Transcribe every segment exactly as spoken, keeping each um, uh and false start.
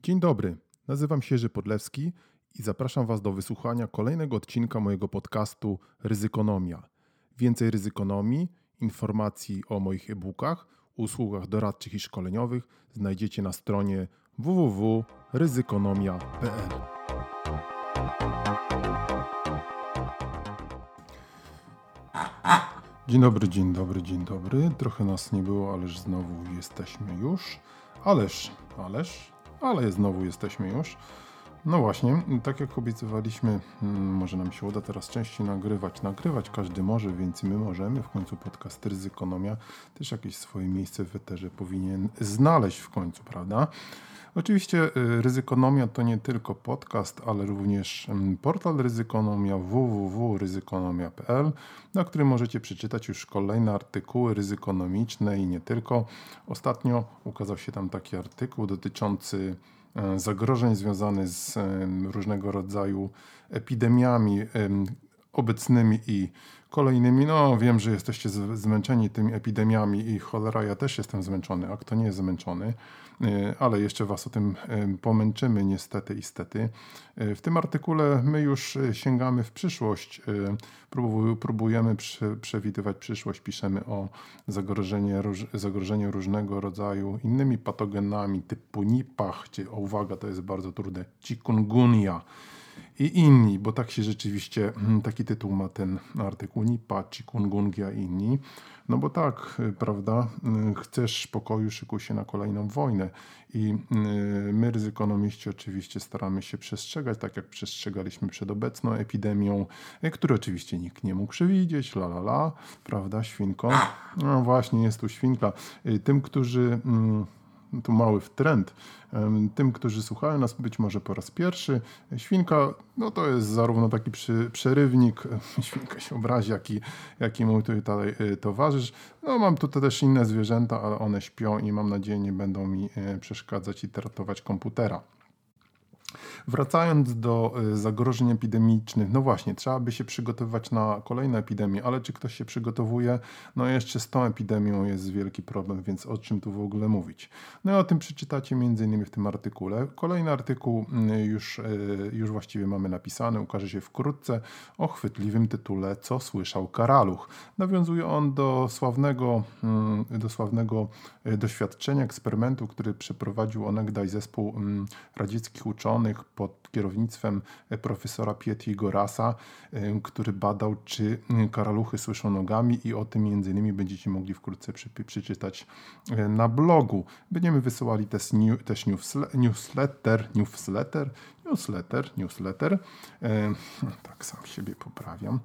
Dzień dobry, nazywam się Jerzy Podlewski i zapraszam Was do wysłuchania kolejnego odcinka mojego podcastu Ryzykonomia. Więcej ryzykonomii, informacji o moich e-bookach, usługach doradczych i szkoleniowych znajdziecie na stronie w w w kropka ryzykonomia kropka p l. Dzień dobry, dzień dobry, dzień dobry. Trochę nas nie było, ależ znowu jesteśmy już. Ależ, ależ, ale znowu jesteśmy już. No właśnie, tak jak obiecywaliśmy, może nam się uda teraz częściej nagrywać. Nagrywać każdy może, więc my możemy. W końcu podcast Ryzykonomia też jakieś swoje miejsce w eterze powinien znaleźć w końcu, prawda? Oczywiście Ryzykonomia to nie tylko podcast, ale również portal Ryzykonomia w w w kropka ryzykonomia kropka p l, na którym możecie przeczytać już kolejne artykuły ryzykonomiczne i nie tylko. Ostatnio ukazał się tam taki artykuł dotyczący zagrożeń związanych z różnego rodzaju epidemiami obecnymi i kolejnymi. No wiem, że jesteście zmęczeni tymi epidemiami i cholera, ja też jestem zmęczony, a kto nie jest zmęczony, ale jeszcze Was o tym pomęczymy niestety i stety. W tym artykule my już sięgamy w przyszłość, próbujemy przewidywać przyszłość, piszemy o zagrożeniu, zagrożeniu różnego rodzaju innymi patogenami typu nipah, czy o uwaga, to jest bardzo trudne, chikungunya i inni, bo tak się rzeczywiście, taki tytuł ma ten artykuł, nipah, chikungunya i inni. No bo tak, prawda, chcesz pokoju, szykuj się na kolejną wojnę i my, ryzykonomiści, oczywiście staramy się przestrzegać, tak jak przestrzegaliśmy przed obecną epidemią, której oczywiście nikt nie mógł przewidzieć, la la la, prawda, świnko? No właśnie, jest tu świnka. Tym, którzy... Tu mały trend. Tym, którzy słuchają nas być może po raz pierwszy, świnka, no to jest zarówno taki przy, przerywnik, świnka się obrazi, jak i, jak i mój tutaj towarzysz. No mam tutaj też inne zwierzęta, ale one śpią i mam nadzieję nie będą mi przeszkadzać i tratować komputera. Wracając do zagrożeń epidemicznych, no właśnie, trzeba by się przygotowywać na kolejne epidemie, ale czy ktoś się przygotowuje? No jeszcze z tą epidemią jest wielki problem, więc o czym tu w ogóle mówić? No i o tym przeczytacie między innymi w tym artykule. Kolejny artykuł już, już właściwie mamy napisany, ukaże się wkrótce, o chwytliwym tytule Co słyszał karaluch. Nawiązuje on do sławnego, do sławnego doświadczenia, eksperymentu, który przeprowadził onegdaj zespół radzieckich uczonych pod kierownictwem profesora Pietiego Rasa, który badał, czy karaluchy słyszą nogami i o tym między innymi będziecie mogli wkrótce przy, przeczytać na blogu. Będziemy wysyłali też, też newsletter, newsletter, newsletter, newsletter, tak sam siebie poprawiam,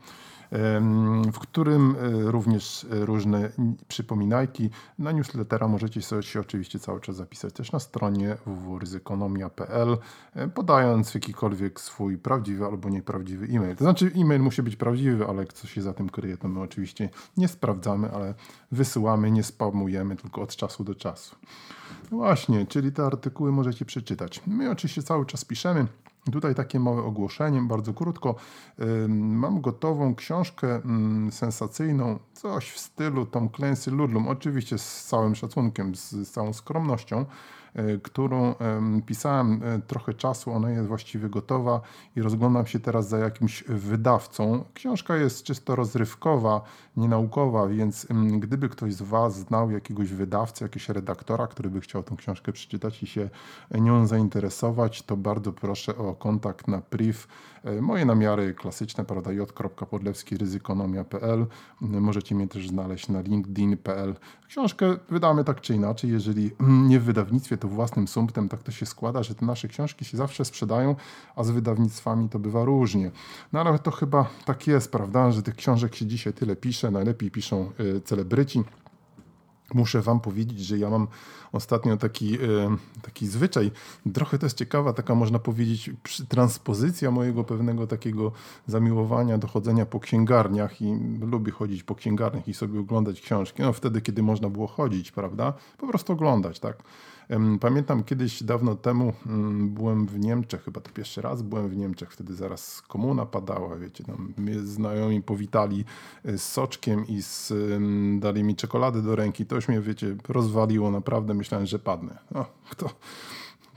w którym również różne przypominajki. Na newslettera możecie sobie się oczywiście cały czas zapisać też na stronie w w w kropka ryzykonomia kropka p l, podając jakikolwiek swój prawdziwy albo nieprawdziwy e-mail. To znaczy e-mail musi być prawdziwy, ale co się za tym kryje, to my oczywiście nie sprawdzamy, ale wysyłamy, nie spamujemy, tylko od czasu do czasu. No właśnie, czyli te artykuły możecie przeczytać. My oczywiście cały czas piszemy. Tutaj takie małe ogłoszenie, bardzo krótko. Mam gotową książkę sensacyjną, coś w stylu Tom Clancy Ludlum, oczywiście z całym szacunkiem, z, z całą skromnością, którą pisałem trochę czasu, ona jest właściwie gotowa i rozglądam się teraz za jakimś wydawcą. Książka jest czysto rozrywkowa, nienaukowa, więc gdyby ktoś z Was znał jakiegoś wydawcę, jakiegoś redaktora, który by chciał tę książkę przeczytać i się nią zainteresować, to bardzo proszę o kontakt na priv. Moje namiary klasyczne, prawda, j kropka podlewski ryzykonomia kropka p l. Możecie mnie też znaleźć na linkedin kropka p l. Książkę wydamy tak czy inaczej, jeżeli nie w wydawnictwie, to własnym sumptem. Tak to się składa, że te nasze książki się zawsze sprzedają, a z wydawnictwami to bywa różnie. No ale to chyba tak jest, prawda, że tych książek się dzisiaj tyle pisze, najlepiej piszą y, celebryci. Muszę Wam powiedzieć, że ja mam ostatnio taki, taki zwyczaj, trochę to jest ciekawa, taka można powiedzieć transpozycja mojego pewnego takiego zamiłowania do chodzenia po księgarniach i lubię chodzić po księgarniach i sobie oglądać książki, no wtedy, kiedy można było chodzić, prawda, po prostu oglądać, tak. Pamiętam kiedyś, dawno temu byłem w Niemczech, chyba to pierwszy raz byłem w Niemczech, wtedy zaraz komuna padała, wiecie, tam mnie znajomi powitali z soczkiem i z, dali mi czekoladę do ręki, to już mnie, wiecie, rozwaliło, naprawdę myślałem, że padnę. No, kto,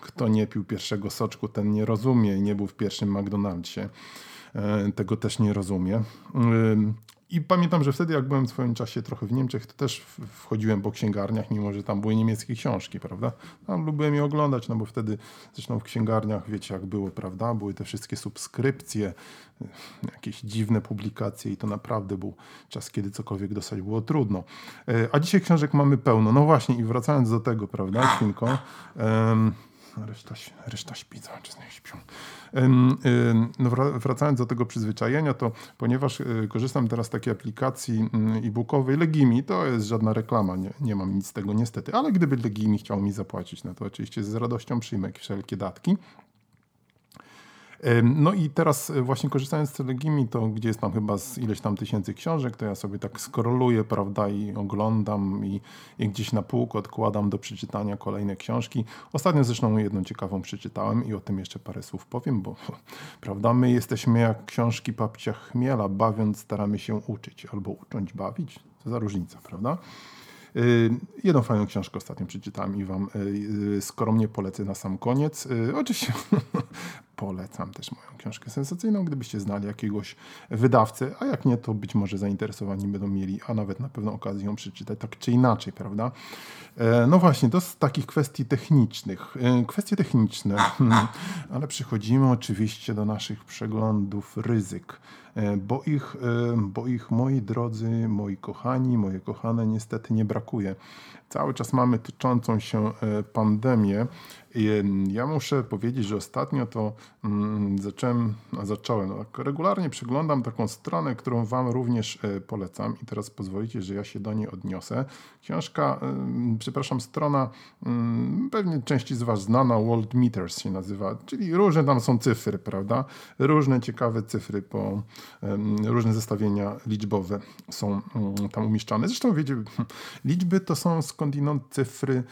kto nie pił pierwszego soczku, ten nie rozumie i nie był w pierwszym McDonald'sie. Tego też nie rozumie. I pamiętam, że wtedy jak byłem w swoim czasie trochę w Niemczech, to też wchodziłem po księgarniach, mimo że tam były niemieckie książki, prawda? Tam lubiłem je oglądać, no bo wtedy zresztą w księgarniach, wiecie jak było, prawda? Były te wszystkie subskrypcje, jakieś dziwne publikacje i to naprawdę był czas, kiedy cokolwiek dostać było trudno. A dzisiaj książek mamy pełno. No właśnie i wracając do tego, prawda, chwilką, um, Reszta, reszta śpi, cały czas nie śpią. No wracając do tego przyzwyczajenia, to ponieważ korzystam teraz z takiej aplikacji e-bookowej Legimi, to jest żadna reklama, nie, nie mam nic z tego niestety, ale gdyby Legimi chciał mi zapłacić, no to oczywiście z radością przyjmę wszelkie datki. No i teraz właśnie korzystając z Legimi, to gdzie jest tam chyba z ileś tam tysięcy książek, to ja sobie tak scrolluję, prawda, i oglądam i, i gdzieś na półku odkładam do przeczytania kolejne książki. Ostatnio zresztą jedną ciekawą przeczytałem i o tym jeszcze parę słów powiem, bo prawda, my jesteśmy jak książki babcia Chmiela, bawiąc staramy się uczyć albo ucząć bawić, co za różnica, prawda? Jedną fajną książkę ostatnio przeczytałem i wam skromnie polecę na sam koniec. Oczywiście polecam też moją książkę sensacyjną, gdybyście znali jakiegoś wydawcę, a jak nie, to być może zainteresowani będą mieli, a nawet na pewno okazję ją przeczytać tak czy inaczej, prawda? No właśnie, to z takich kwestii technicznych. Kwestie techniczne, ale przechodzimy oczywiście do naszych przeglądów ryzyk, bo ich, bo ich, moi drodzy, moi kochani, moje kochane, niestety nie brakuje. Cały czas mamy toczącą się pandemię. Ja muszę powiedzieć, że ostatnio to zacząłem, a zacząłem, no, regularnie przeglądam taką stronę, którą wam również polecam i teraz pozwolicie, że ja się do niej odniosę. Książka, przepraszam, strona pewnie części z was znana, World Meters się nazywa, czyli różne tam są cyfry, prawda? Różne ciekawe cyfry, po, różne zestawienia liczbowe są tam umieszczane. Zresztą wiecie, liczby to są skądinąd cyfry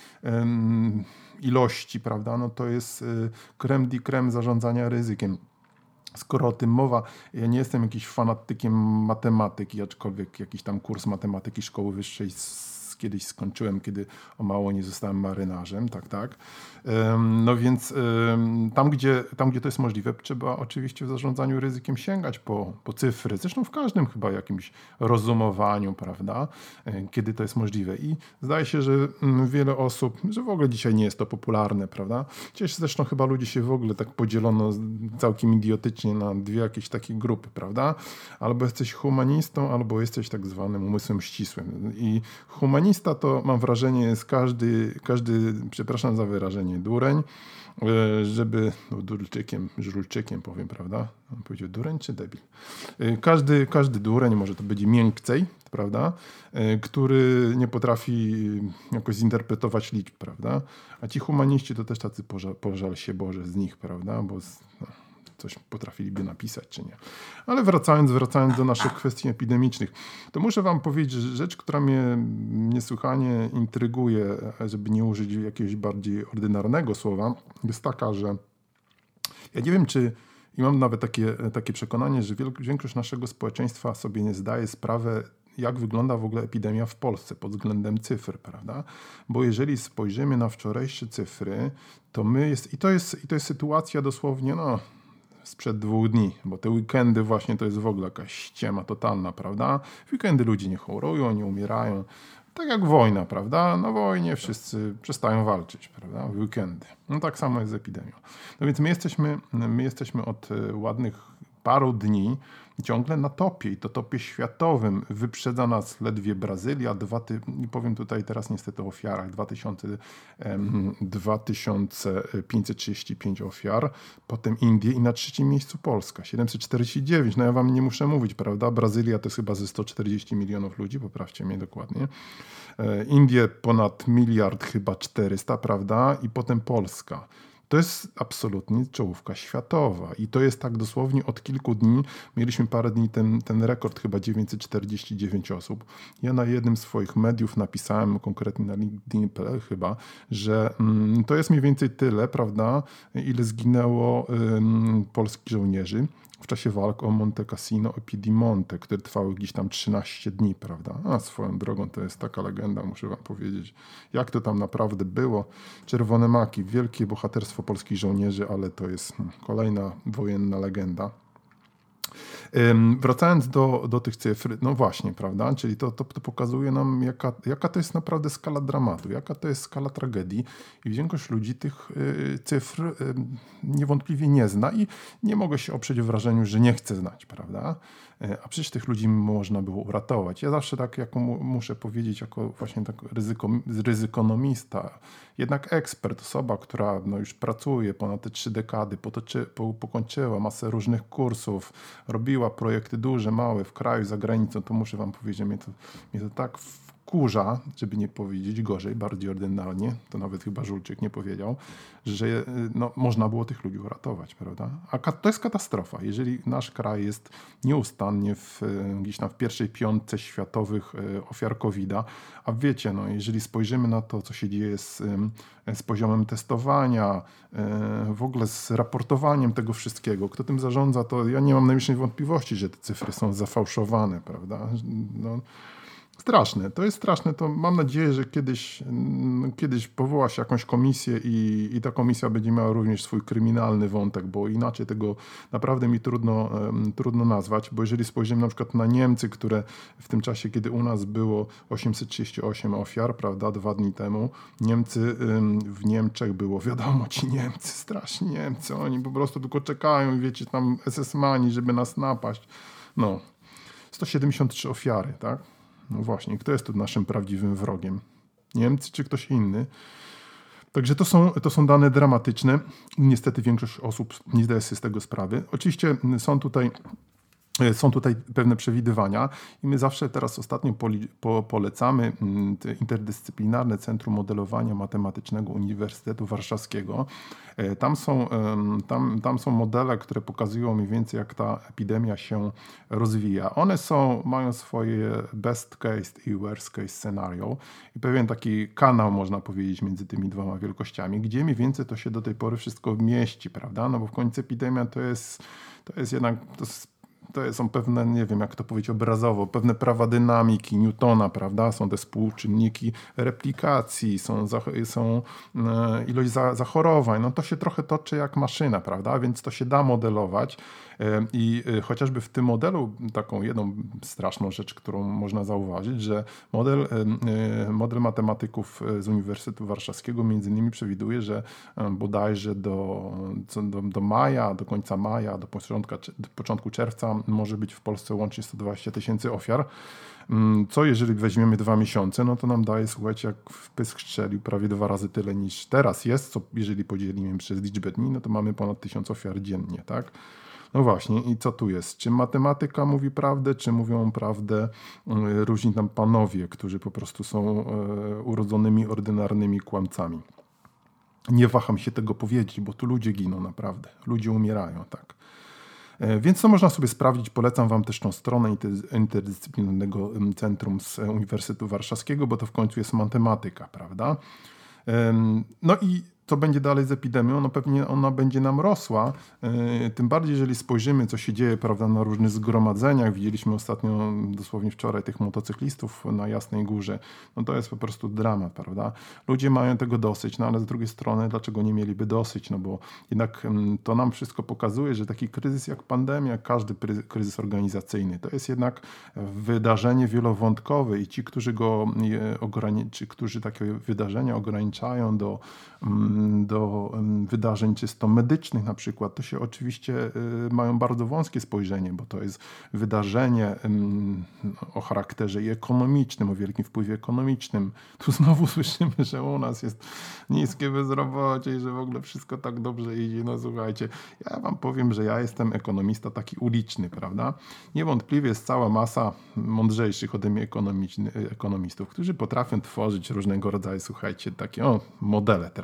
ilości, prawda? No to jest crème de crème zarządzania ryzykiem. Skoro o tym mowa, ja nie jestem jakiś fanatykiem matematyki, aczkolwiek jakiś tam kurs matematyki szkoły wyższej kiedyś skończyłem, kiedy o mało nie zostałem marynarzem, tak, tak. No więc tam gdzie, tam, gdzie to jest możliwe, trzeba oczywiście w zarządzaniu ryzykiem sięgać po, po cyfry. Zresztą w każdym chyba jakimś rozumowaniu, prawda, kiedy to jest możliwe. I zdaje się, że wiele osób, że w ogóle dzisiaj nie jest to popularne, prawda. Dzisiaj zresztą chyba ludzie się w ogóle tak podzielono całkiem idiotycznie na dwie jakieś takie grupy, prawda. Albo jesteś humanistą, albo jesteś tak zwanym umysłem ścisłym. I humanistą to mam wrażenie jest każdy, każdy, przepraszam za wyrażenie, dureń, żeby, no durczykiem, żrulczykiem powiem, prawda? On powiedział dureń czy debil? Każdy, każdy dureń, może to będzie miękcej, prawda? Który nie potrafi jakoś zinterpretować liczb, prawda? A ci humaniści to też tacy pożal, pożal się Boże z nich, prawda? Bo no, coś potrafiliby napisać, czy nie. Ale wracając, wracając do naszych kwestii epidemicznych, to muszę wam powiedzieć, że rzecz, która mnie niesłychanie intryguje, żeby nie użyć jakiegoś bardziej ordynarnego słowa, jest taka, że ja nie wiem, czy i mam nawet takie, takie przekonanie, że większość naszego społeczeństwa sobie nie zdaje sprawy, jak wygląda w ogóle epidemia w Polsce pod względem cyfr, prawda? Bo jeżeli spojrzymy na wczorajsze cyfry, to my jest, i to jest, i to jest sytuacja dosłownie, no, sprzed dwóch dni, bo te weekendy właśnie to jest w ogóle jakaś ściema totalna, prawda? W weekendy ludzie nie chorują, nie umierają. Tak jak wojna, prawda? Na wojnie wszyscy przestają walczyć, prawda? W weekendy. No tak samo jest z epidemią. No więc my jesteśmy, my jesteśmy od ładnych paru dni ciągle na topie i to topie światowym. Wyprzedza nas ledwie Brazylia, dwa ty, i powiem tutaj teraz niestety o ofiarach, dwa tysiące pięćset trzydzieści pięć ofiar, potem Indie i na trzecim miejscu Polska, siedemset czterdzieści dziewięć, no ja wam nie muszę mówić, prawda, Brazylia to jest chyba ze sto czterdzieści milionów ludzi, poprawcie mnie dokładnie, Indie ponad miliard, chyba czterysta, prawda, i potem Polska. To jest absolutnie czołówka światowa i to jest tak dosłownie od kilku dni. Mieliśmy parę dni ten, ten rekord, chyba dziewięćset czterdzieści dziewięć osób. Ja na jednym z swoich mediów napisałem, konkretnie na LinkedIn chyba, że mm, to jest mniej więcej tyle, prawda, ile zginęło ym, polskich żołnierzy. w czasie walk o Monte Cassino i Piedimonte, które trwały gdzieś tam trzynaście dni, prawda? A swoją drogą to jest taka legenda, muszę wam powiedzieć, jak to tam naprawdę było. Czerwone maki, wielkie bohaterstwo polskich żołnierzy, ale to jest hmm, kolejna wojenna legenda. Wracając do, do tych cyfr, no właśnie, prawda, czyli to, to, to pokazuje nam, jaka, jaka to jest naprawdę skala dramatu, jaka to jest skala tragedii i większość ludzi tych y, cyfr y, niewątpliwie nie zna i nie mogę się oprzeć wrażeniu, że nie chce znać, prawda, a przecież tych ludzi można było uratować. Ja zawsze tak jako mu, muszę powiedzieć, jako właśnie tak ryzyko, ryzykonomista, jednak ekspert, osoba, która no już pracuje ponad te trzy dekady, potoczy, po, pokończyła masę różnych kursów, robiła projekty duże, małe w kraju, za granicą, to muszę wam powiedzieć, że mnie to, mnie to tak wkurza, żeby nie powiedzieć gorzej, bardziej ordynarnie, to nawet chyba Żulczyk nie powiedział, że no, można było tych ludzi uratować, prawda? A to jest katastrofa. Jeżeli nasz kraj jest nieustannie w, gdzieś tam w pierwszej piątce światowych ofiar kowida, a wiecie, no, jeżeli spojrzymy na to, co się dzieje z, z poziomem testowania, w ogóle z raportowaniem tego wszystkiego, kto tym zarządza, to ja nie mam najmniejszej wątpliwości, że te cyfry są zafałszowane, prawda? No, straszne, to jest straszne, to mam nadzieję, że kiedyś, kiedyś powoła się jakąś komisję i, i ta komisja będzie miała również swój kryminalny wątek, bo inaczej tego naprawdę mi trudno, um, trudno nazwać, bo jeżeli spojrzymy na przykład na Niemcy, które w tym czasie, kiedy u nas było osiemset trzydzieści osiem ofiar, prawda, dwa dni temu, Niemcy, um, w Niemczech było, wiadomo, ci Niemcy, straszni Niemcy, oni po prostu tylko czekają i wiecie, tam es es mani, żeby nas napaść. No, sto siedemdziesiąt trzy ofiary, tak? No właśnie, kto jest tu naszym prawdziwym wrogiem? Niemcy czy ktoś inny? Także to są, to są dane dramatyczne. Niestety większość osób nie zdaje sobie z tego sprawy. Oczywiście są tutaj Są tutaj pewne przewidywania i my zawsze teraz ostatnio poli, po, polecamy Interdyscyplinarne Centrum Modelowania Matematycznego Uniwersytetu Warszawskiego. Tam są, tam, tam są modele, które pokazują mniej więcej, jak ta epidemia się rozwija. One są, mają swoje best case i worst case scenario i pewien taki kanał, można powiedzieć, między tymi dwoma wielkościami, gdzie mniej więcej to się do tej pory wszystko mieści, prawda? No bo w końcu epidemia to jest, to jest jednak... To jest, To są pewne, nie wiem jak to powiedzieć obrazowo, pewne prawa dynamiki Newtona, prawda? Są te współczynniki replikacji, są, są e, ilość za, zachorowań. No to się trochę toczy jak maszyna, prawda? Więc to się da modelować. E, I e, chociażby w tym modelu taką jedną straszną rzecz, którą można zauważyć, że model, e, model matematyków z Uniwersytetu Warszawskiego między innymi przewiduje, że e, bodajże do, do, do maja, do końca maja, do początku, do początku czerwca może być w Polsce łącznie sto dwadzieścia tysięcy ofiar, co jeżeli weźmiemy dwa miesiące, no to nam daje, słuchajcie, jak w pysk strzelił, prawie dwa razy tyle niż teraz jest, co jeżeli podzielimy przez liczbę dni, no to mamy ponad tysiąc ofiar dziennie, tak? No właśnie, i co tu jest? Czy matematyka mówi prawdę, czy mówią prawdę różni tam panowie, którzy po prostu są urodzonymi, ordynarnymi kłamcami? Nie waham się tego powiedzieć, bo tu ludzie giną naprawdę, ludzie umierają, tak? Więc to można sobie sprawdzić. Polecam wam też tą stronę Interdyscyplinarnego Centrum z Uniwersytetu Warszawskiego, bo to w końcu jest matematyka, prawda? No i co będzie dalej z epidemią? No pewnie ona będzie nam rosła, yy, tym bardziej jeżeli spojrzymy, co się dzieje, prawda, na różnych zgromadzeniach. Widzieliśmy ostatnio, dosłownie wczoraj, tych motocyklistów na Jasnej Górze. No to jest po prostu dramat, prawda? Ludzie mają tego dosyć, no ale z drugiej strony, dlaczego nie mieliby dosyć? No bo jednak yy, to nam wszystko pokazuje, że taki kryzys jak pandemia, jak każdy kryzys organizacyjny, to jest jednak wydarzenie wielowątkowe i ci, którzy go yy, ograniczy, którzy takie wydarzenia ograniczają do yy, do wydarzeń czysto medycznych na przykład, to się oczywiście mają bardzo wąskie spojrzenie, bo to jest wydarzenie o charakterze i ekonomicznym, o wielkim wpływie ekonomicznym. Tu znowu słyszymy, że u nas jest niskie bezrobocie i że w ogóle wszystko tak dobrze idzie. No słuchajcie, ja wam powiem, że ja jestem ekonomista taki uliczny, prawda? Niewątpliwie jest cała masa mądrzejszych ode mnie ekonomistów, którzy potrafią tworzyć różnego rodzaju, słuchajcie, takie o, modele, teraz powiem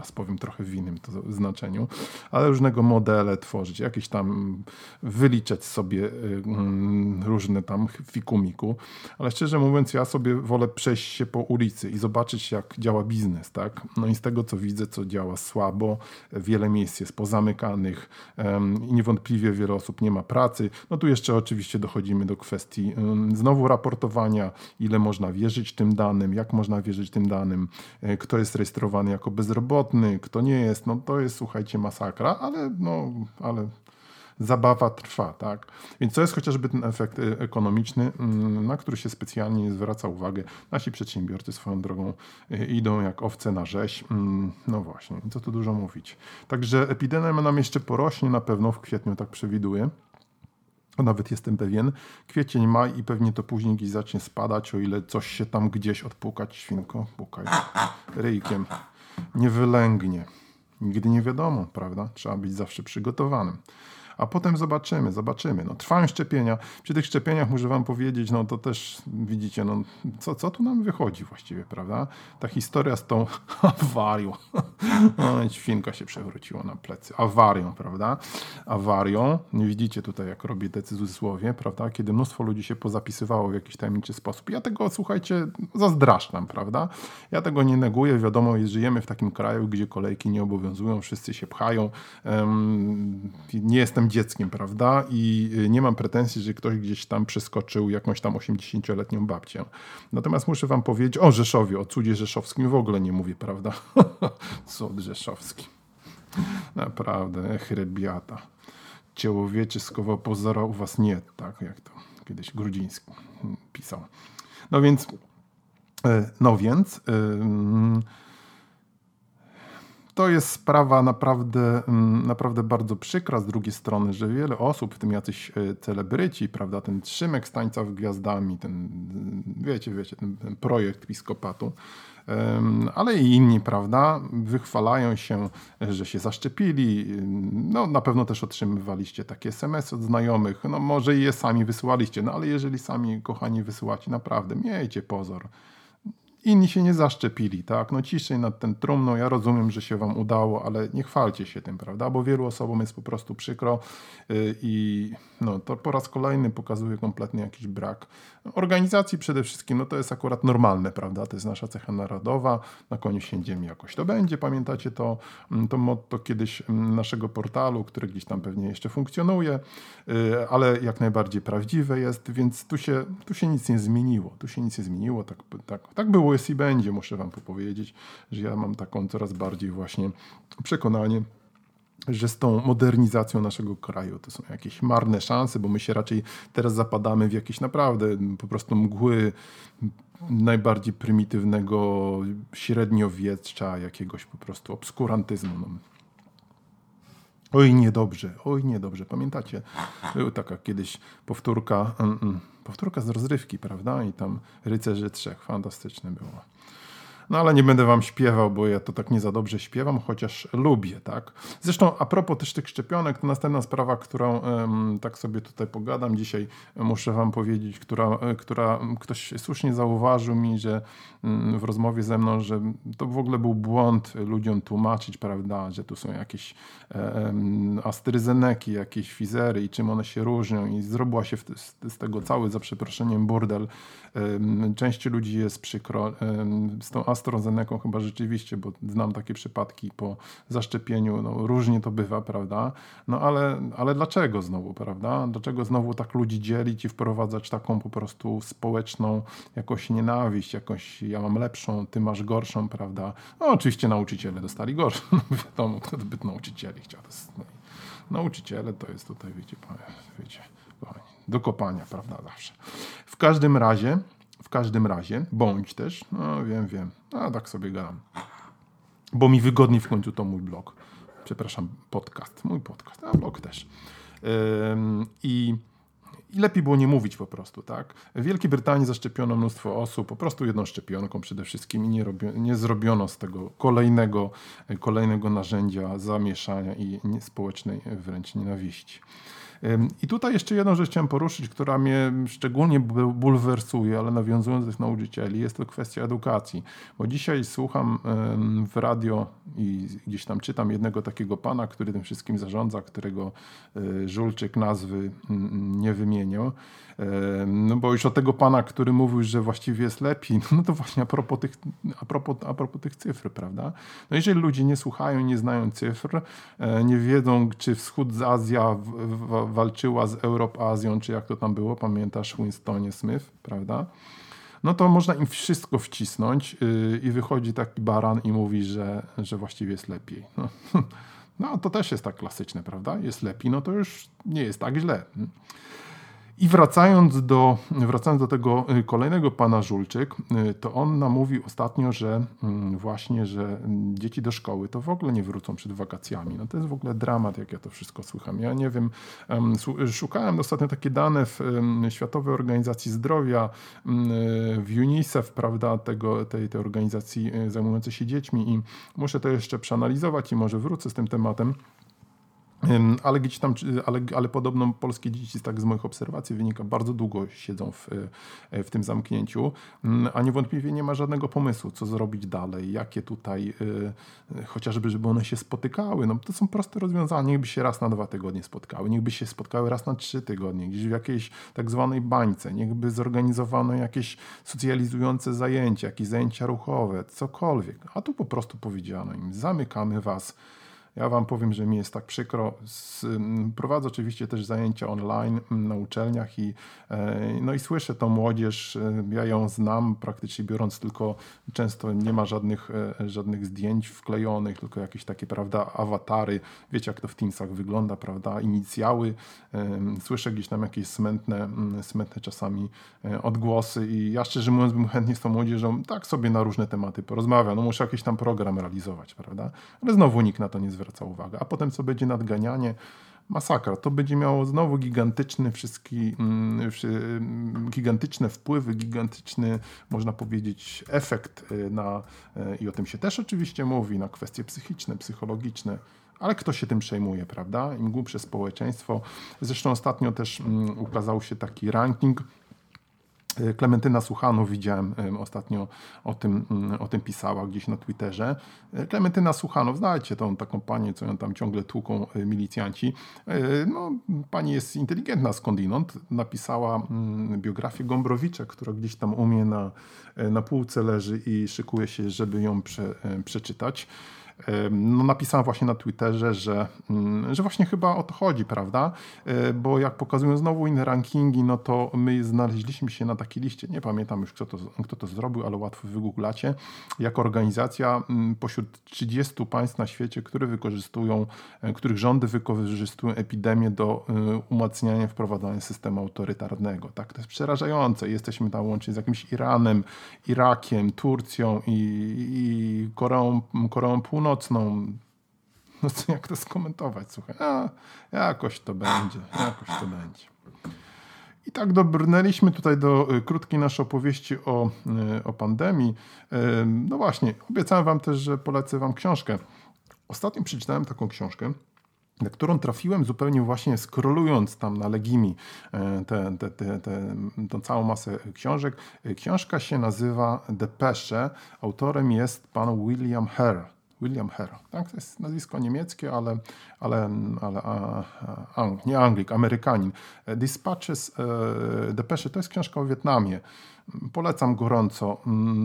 trochę w innym to znaczeniu, ale różnego modele tworzyć, jakieś tam wyliczać sobie różne tam fikumiku, ale szczerze mówiąc ja sobie wolę przejść się po ulicy i zobaczyć jak działa biznes, tak? No i z tego co widzę, co działa słabo, wiele miejsc jest pozamykanych i niewątpliwie wiele osób nie ma pracy. No tu jeszcze oczywiście dochodzimy do kwestii znowu raportowania, ile można wierzyć tym danym, jak można wierzyć tym danym, kto jest rejestrowany jako bezrobotny, kto nie jest, no to jest słuchajcie masakra, ale no, ale zabawa trwa, tak? Więc to jest chociażby ten efekt ekonomiczny, na który się specjalnie nie zwraca uwagę. Nasi przedsiębiorcy swoją drogą idą jak owce na rzeź. No właśnie, co tu dużo mówić. Także epidemia nam jeszcze porośnie na pewno, w kwietniu tak przewiduję. Nawet jestem pewien. Kwiecień, maj i pewnie to później gdzieś zacznie spadać, o ile coś się tam gdzieś odpukać, świnko, pukaj ryjkiem, nie wylęgnie. Nigdy nie wiadomo, prawda? Trzeba być zawsze przygotowanym. A potem zobaczymy, zobaczymy. No, trwają szczepienia. Przy tych szczepieniach muszę wam powiedzieć, no to też widzicie, no co, co tu nam wychodzi właściwie, prawda? Ta historia z tą awarią. No, świnka się przewróciła na plecy. Awarią, prawda? Awarią. Nie widzicie tutaj, jak robię te cudzysłowie, prawda? Kiedy mnóstwo ludzi się pozapisywało w jakiś tajemniczy sposób. Ja tego, słuchajcie, zazdraszczam, prawda? Ja tego nie neguję. Wiadomo, jest, żyjemy w takim kraju, gdzie kolejki nie obowiązują, wszyscy się pchają. Um, nie jestem dzieckiem, prawda? I nie mam pretensji, że ktoś gdzieś tam przeskoczył jakąś tam osiemdziesięcioletnią babcię. Natomiast muszę wam powiedzieć o Rzeszowie, o cudzie rzeszowskim w ogóle nie mówię, prawda? Cud rzeszowski. Naprawdę, chrebiata. Ciałowieczyskowa pozora u was nie, tak jak to kiedyś Grudziński pisał. No więc, no więc... Yy, To jest sprawa naprawdę, naprawdę bardzo przykra z drugiej strony, że wiele osób, w tym jacyś celebryci, prawda, ten Szymek z Tańca z Gwiazdami, ten, wiecie, wiecie, ten, ten projekt Piskopatu, um, ale i inni, prawda, wychwalają się, że się zaszczepili. No na pewno też otrzymywaliście takie es em esy od znajomych, no może i je sami wysyłaliście, no ale jeżeli sami, kochani, wysyłacie, naprawdę, miejcie pozor. Inni się nie zaszczepili, tak? No ciszej nad ten trumną, ja rozumiem, że się wam udało, ale nie chwalcie się tym, prawda? Bo wielu osobom jest po prostu przykro yy, i no, to po raz kolejny pokazuje kompletnie jakiś brak organizacji przede wszystkim, no to jest akurat normalne, prawda? To jest nasza cecha narodowa, na koniu siędziemy jakoś to będzie, pamiętacie to, to motto kiedyś naszego portalu, który gdzieś tam pewnie jeszcze funkcjonuje, yy, ale jak najbardziej prawdziwe jest, więc tu się, tu się nic nie zmieniło, tu się nic nie zmieniło, tak, tak, tak było jest i będzie, muszę wam powiedzieć, że ja mam taką coraz bardziej właśnie przekonanie, że z tą modernizacją naszego kraju to są jakieś marne szanse, bo my się raczej teraz zapadamy w jakieś naprawdę po prostu mgły najbardziej prymitywnego średniowiecza, jakiegoś po prostu obskurantyzmu. No. Oj, niedobrze, oj, niedobrze. Pamiętacie? Była taka kiedyś powtórka, mm, mm, powtórka z rozrywki, prawda? I tam Rycerzy Trzech. Fantastyczne było. No ale nie będę wam śpiewał, bo ja to tak nie za dobrze śpiewam, chociaż lubię, tak? Zresztą a propos też tych szczepionek, to następna sprawa, którą um, tak sobie tutaj pogadam dzisiaj, muszę wam powiedzieć, która, która ktoś słusznie zauważył mi, że um, w rozmowie ze mną, że to w ogóle był błąd ludziom tłumaczyć, prawda, że tu są jakieś um, AstraZeneki, jakieś Pfizery i czym one się różnią i zrobiła się w, z, z tego cały, za przeproszeniem, burdel. Um, części ludzi jest przykro um, z tą AstraZeneką chyba rzeczywiście, bo znam takie przypadki po zaszczepieniu, no różnie to bywa, prawda? No ale, ale dlaczego znowu, prawda? Dlaczego znowu tak ludzi dzielić i wprowadzać taką po prostu społeczną jakoś nienawiść, jakoś ja mam lepszą, ty masz gorszą, prawda? No oczywiście nauczyciele dostali gorszą, no wiadomo, kto by nauczycieli chciał. To jest, no, nauczyciele to jest tutaj, wiecie, wiecie, do kopania, prawda, zawsze. W każdym razie W każdym razie, bądź też, no wiem, wiem, a tak sobie gadam, bo mi wygodniej w końcu to mój blog, przepraszam, podcast, mój podcast, a blog też. Ym, i, I lepiej było nie mówić po prostu, tak? W Wielkiej Brytanii zaszczepiono mnóstwo osób, po prostu jedną szczepionką przede wszystkim i nie, robio, nie zrobiono z tego kolejnego, kolejnego narzędzia zamieszania i nie, społecznej wręcz nienawiści. I tutaj jeszcze jedną rzecz chciałem poruszyć, która mnie szczególnie bulwersuje, ale nawiązując do tych nauczycieli, jest to kwestia edukacji. Bo dzisiaj słucham w radio i gdzieś tam czytam jednego takiego pana, który tym wszystkim zarządza, którego Żulczyk nazwy nie wymienił. No bo już od tego pana, który mówił, że właściwie jest lepiej, no to właśnie a propos tych, a propos, a propos tych cyfr, prawda? No jeżeli ludzie nie słuchają, nie znają cyfr, nie wiedzą, czy wschód z Azja w, w, walczyła z Europ-Azją, czy jak to tam było, pamiętasz Winstonie Smith, prawda? No to można im wszystko wcisnąć yy, i wychodzi taki baran i mówi, że, że właściwie jest lepiej. No, no to też jest tak klasyczne, prawda? Jest lepiej, no to już nie jest tak źle. I wracając do, wracając do tego kolejnego pana Żulczyk, to on nam mówi ostatnio, że właśnie, że dzieci do szkoły to w ogóle nie wrócą przed wakacjami. No to jest w ogóle dramat, jak ja to wszystko słucham. Ja nie wiem, szukałem ostatnio takie dane w Światowej Organizacji Zdrowia, w UNICEF, prawda, tego, tej, tej organizacji zajmującej się dziećmi i muszę to jeszcze przeanalizować i może wrócę z tym tematem. Ale gdzieś tam, ale, ale podobno polskie dzieci, tak z moich obserwacji wynika, bardzo długo siedzą w, w tym zamknięciu, a niewątpliwie nie ma żadnego pomysłu, co zrobić dalej, jakie tutaj, chociażby, żeby one się spotykały. No, to są proste rozwiązania, niechby się raz na dwa tygodnie spotkały, niechby się spotkały raz na trzy tygodnie, gdzieś w jakiejś tak zwanej bańce, niechby zorganizowano jakieś socjalizujące zajęcia, jakieś zajęcia ruchowe, cokolwiek. A tu po prostu powiedziano im, zamykamy was. Ja wam powiem, że mi jest tak przykro. Prowadzę oczywiście też zajęcia online na uczelniach i, no i słyszę tą młodzież, ja ją znam praktycznie biorąc, tylko często nie ma żadnych, żadnych zdjęć wklejonych, tylko jakieś takie, prawda, awatary. Wiecie, jak to w Teamsach wygląda, prawda, inicjały. Słyszę gdzieś tam jakieś smętne, smętne czasami odgłosy i ja szczerze mówiąc bym chętnie z tą młodzieżą tak sobie na różne tematy porozmawiał. No muszę jakiś tam program realizować, prawda, ale znowu nikt na to nie zwraca uwagę. A potem co będzie nadganianie, masakra. To będzie miało znowu gigantyczny wszystki, mm, gigantyczne wpływy, gigantyczny, można powiedzieć, efekt na, i o tym się też oczywiście mówi, na kwestie psychiczne, psychologiczne. Ale kto się tym przejmuje, prawda? Im głupsze społeczeństwo. Zresztą ostatnio też mm, ukazał się taki ranking. Klementyna Suchanow, widziałem ostatnio o tym, o tym pisała gdzieś na Twitterze. Klementyna Suchanow, znacie tą taką panię, co ją tam ciągle tłuką milicjanci. No, pani jest inteligentna skądinąd. Napisała biografię Gombrowicza, która gdzieś tam u mnie na, na półce leży i szykuje się, żeby ją prze, przeczytać. No, napisałem właśnie na Twitterze, że, że właśnie chyba o to chodzi, prawda? Bo jak pokazują znowu inne rankingi, no to my znaleźliśmy się na takiej liście, nie pamiętam już kto to, kto to zrobił, ale łatwo wygooglacie, jako organizacja pośród trzydziestu państw na świecie, które wykorzystują, których rządy wykorzystują epidemię do umacniania wprowadzania systemu autorytarnego. Tak? To jest przerażające. Jesteśmy tam łącznie z jakimś Iranem, Irakiem, Turcją i, i Koreą, Koreą Północną. Nocną. No co, jak to skomentować? Słuchaj, a, jakoś to będzie, jakoś to będzie. I tak dobrnęliśmy tutaj do y, krótkiej naszej opowieści o, y, o pandemii. Y, no właśnie, obiecałem wam też, że polecę wam książkę. Ostatnio przeczytałem taką książkę, na którą trafiłem zupełnie właśnie scrollując tam na Legimi tę te, te, te, te, całą masę książek. Książka się nazywa Depesze. Autorem jest pan William Hare. William Hare, tak? To jest nazwisko niemieckie, ale, ale, ale a, a, nie Anglik, Amerykanin. Dispatches, e, Depesze to jest książka o Wietnamie. Polecam gorąco.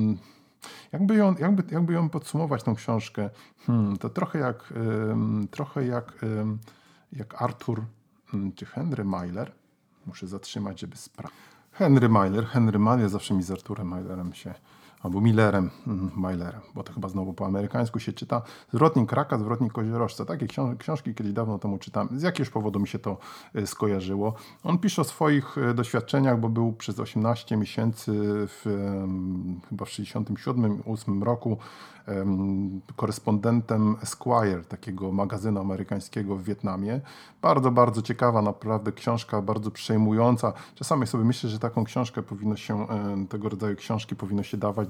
Jakby ją, jakby, jakby ją podsumować, tą książkę, hmm, to trochę jak, um, trochę jak, um, jak Arthur um, czy Henry Miller. Muszę zatrzymać, żeby sprawdzić. Henry Miller, Henry Miller, zawsze mi z Arturem Millerem się, albo Millerem, mm, Millerem, bo to chyba znowu po amerykańsku się czyta. Zwrotnik raka, zwrotnik koziorożca. Takie książ- książki kiedyś dawno temu czytałem. Z jakiegoś powodu mi się to y, skojarzyło. On pisze o swoich y, doświadczeniach, bo był przez osiemnaście miesięcy w, y, chyba w sześćdziesiątym siódmym ósmym roku y, korespondentem Esquire, takiego magazynu amerykańskiego w Wietnamie. Bardzo, bardzo ciekawa naprawdę książka, bardzo przejmująca. Czasami sobie myślę, że taką książkę powinno się, y, tego rodzaju książki powinno się dawać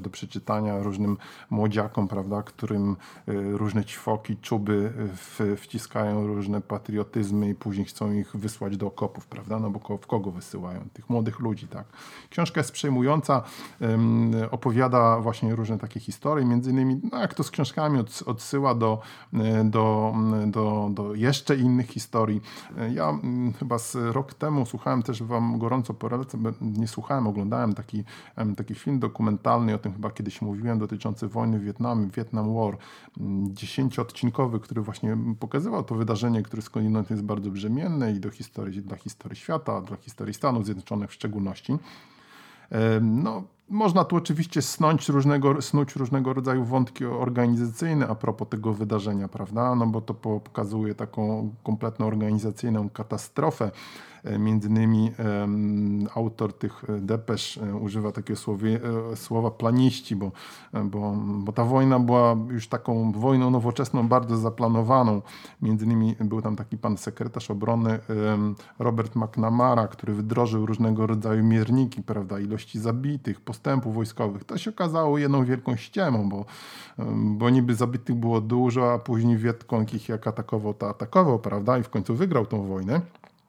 do przeczytania różnym młodziakom, prawda, którym y, różne ćwoki, czuby w, wciskają różne patriotyzmy i później chcą ich wysłać do okopów, prawda, no bo ko, w kogo wysyłają? Tych młodych ludzi, tak. Książka jest przejmująca, ym, opowiada właśnie różne takie historie, między innymi, no jak to z książkami, od, odsyła do, do, do, do jeszcze innych historii. Ja ym, chyba z rok temu słuchałem, też wam gorąco polecę, nie słuchałem, oglądałem taki, ym, taki film dokumentalny, o tym chyba kiedyś mówiłem, dotyczący wojny w Wietnamie, Vietnam War, dziesięcioodcinkowy, który właśnie pokazywał to wydarzenie, które skądinąd jest bardzo brzemienne i do historii, dla historii świata, dla historii Stanów Zjednoczonych w szczególności. No, można tu oczywiście snąć różnego, snuć różnego rodzaju wątki organizacyjne a propos tego wydarzenia, prawda? No bo to pokazuje taką kompletną organizacyjną katastrofę. Między innymi um, autor tych depesz używa takiego słowie, słowa planiści, bo, bo, bo ta wojna była już taką wojną nowoczesną, bardzo zaplanowaną. Między innymi był tam taki pan sekretarz obrony um, Robert McNamara, który wdrożył różnego rodzaju mierniki, prawda, ilości zabitych, postępów wojskowych. To się okazało jedną wielką ściemą, bo, um, bo niby zabitych było dużo, a później Wietkong ich jak atakował, to atakował, prawda, i w końcu wygrał tą wojnę.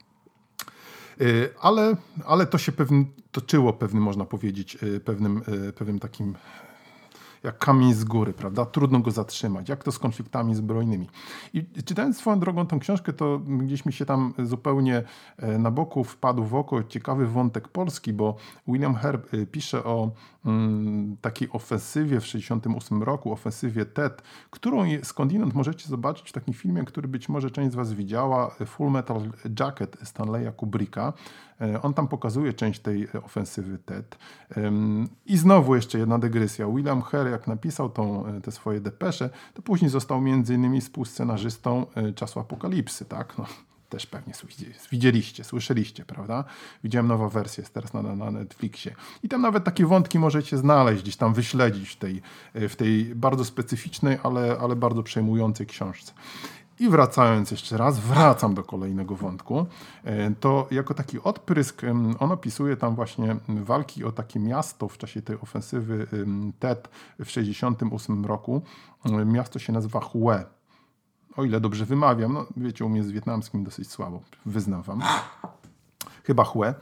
Ale, ale to się pewnym, toczyło pewnym, można powiedzieć, pewnym, pewnym takim jak kamień z góry, prawda? Trudno go zatrzymać. Jak to z konfliktami zbrojnymi? I czytając swoją drogą tą książkę, to gdzieś mi się tam zupełnie na boku wpadł w oko ciekawy wątek polski, bo William Herb pisze o mm, takiej ofensywie w sześćdziesiątym ósmym roku, ofensywie T E D, którą skądinąd możecie zobaczyć w takim filmie, który być może część z was widziała, Full Metal Jacket Stanleya Kubricka. On tam pokazuje część tej ofensywy T E D. I znowu jeszcze jedna dygresja. William Herb, jak napisał tą, te swoje depesze, to później został między innymi współscenarzystą Czasu Apokalipsy, tak? No, też pewnie widzieliście, słyszeliście, prawda? Widziałem nowa wersja, jest teraz na, na Netflixie. I tam nawet takie wątki możecie znaleźć, gdzieś tam wyśledzić w tej, w tej bardzo specyficznej, ale, ale bardzo przejmującej książce. I wracając jeszcze raz, wracam do kolejnego wątku, to jako taki odprysk on opisuje tam właśnie walki o takie miasto w czasie tej ofensywy T E D w sześćdziesiątym ósmym roku. Miasto się nazywa Hue. O ile dobrze wymawiam, no wiecie, u mnie z wietnamskim dosyć słabo, wyznawam. Chyba Hue.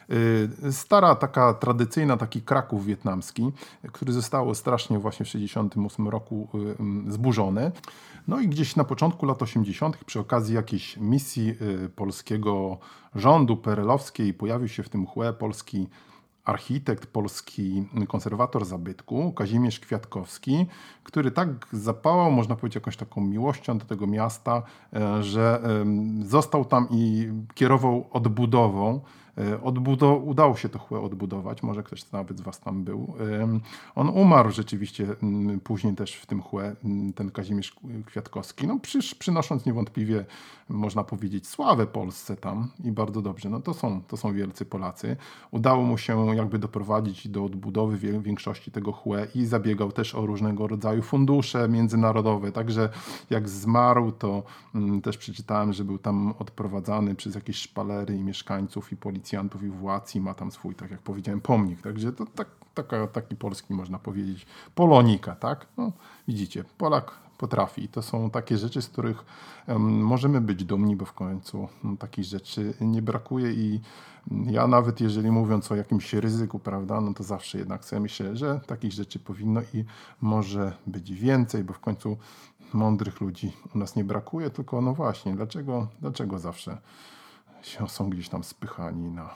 Stara, taka tradycyjna, taki Kraków wietnamski, który zostało strasznie właśnie w sześćdziesiątym ósmym roku zburzony. No i gdzieś na początku lat osiemdziesiątych przy okazji jakiejś misji polskiego rządu perelowskiej pojawił się w tym Hue polski architekt, polski konserwator zabytku, Kazimierz Kwiatkowski, który tak zapałał, można powiedzieć, jakąś taką miłością do tego miasta, że został tam i kierował odbudową. Odbudo- udało się to Hue odbudować, może ktoś nawet z was tam był. On umarł rzeczywiście później też w tym Hue, ten Kazimierz Kwiatkowski, no przy, przynosząc niewątpliwie, można powiedzieć, sławę Polsce tam i bardzo dobrze. No to są, to są wielcy Polacy. Udało mu się jakby doprowadzić do odbudowy większości tego Hue i zabiegał też o różnego rodzaju fundusze międzynarodowe, także jak zmarł, to mm, też przeczytałem, że był tam odprowadzany przez jakieś szpalery i mieszkańców i policjantów i władz i ma tam swój, tak jak powiedziałem, pomnik. Także to tak, taka, taki polski, można powiedzieć, Polonika, tak? No, widzicie, Polak potrafi. I to są takie rzeczy, z których um, możemy być dumni, bo w końcu no, takich rzeczy nie brakuje i ja nawet jeżeli mówiąc o jakimś ryzyku, prawda, no to zawsze jednak sobie myślę, że takich rzeczy powinno i może być więcej, bo w końcu mądrych ludzi u nas nie brakuje, tylko no właśnie, dlaczego, dlaczego zawsze się są gdzieś tam spychani na...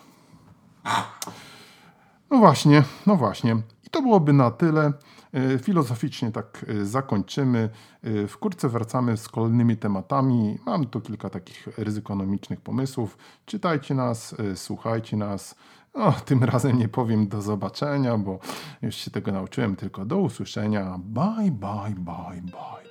No właśnie, no właśnie. I to byłoby na tyle. Filozoficznie tak zakończymy. Wkrótce wracamy z kolejnymi tematami. Mam tu kilka takich ryzykonomicznych pomysłów. Czytajcie nas, słuchajcie nas. No, tym razem nie powiem do zobaczenia, bo już się tego nauczyłem, tylko do usłyszenia. Bye, bye, bye, bye.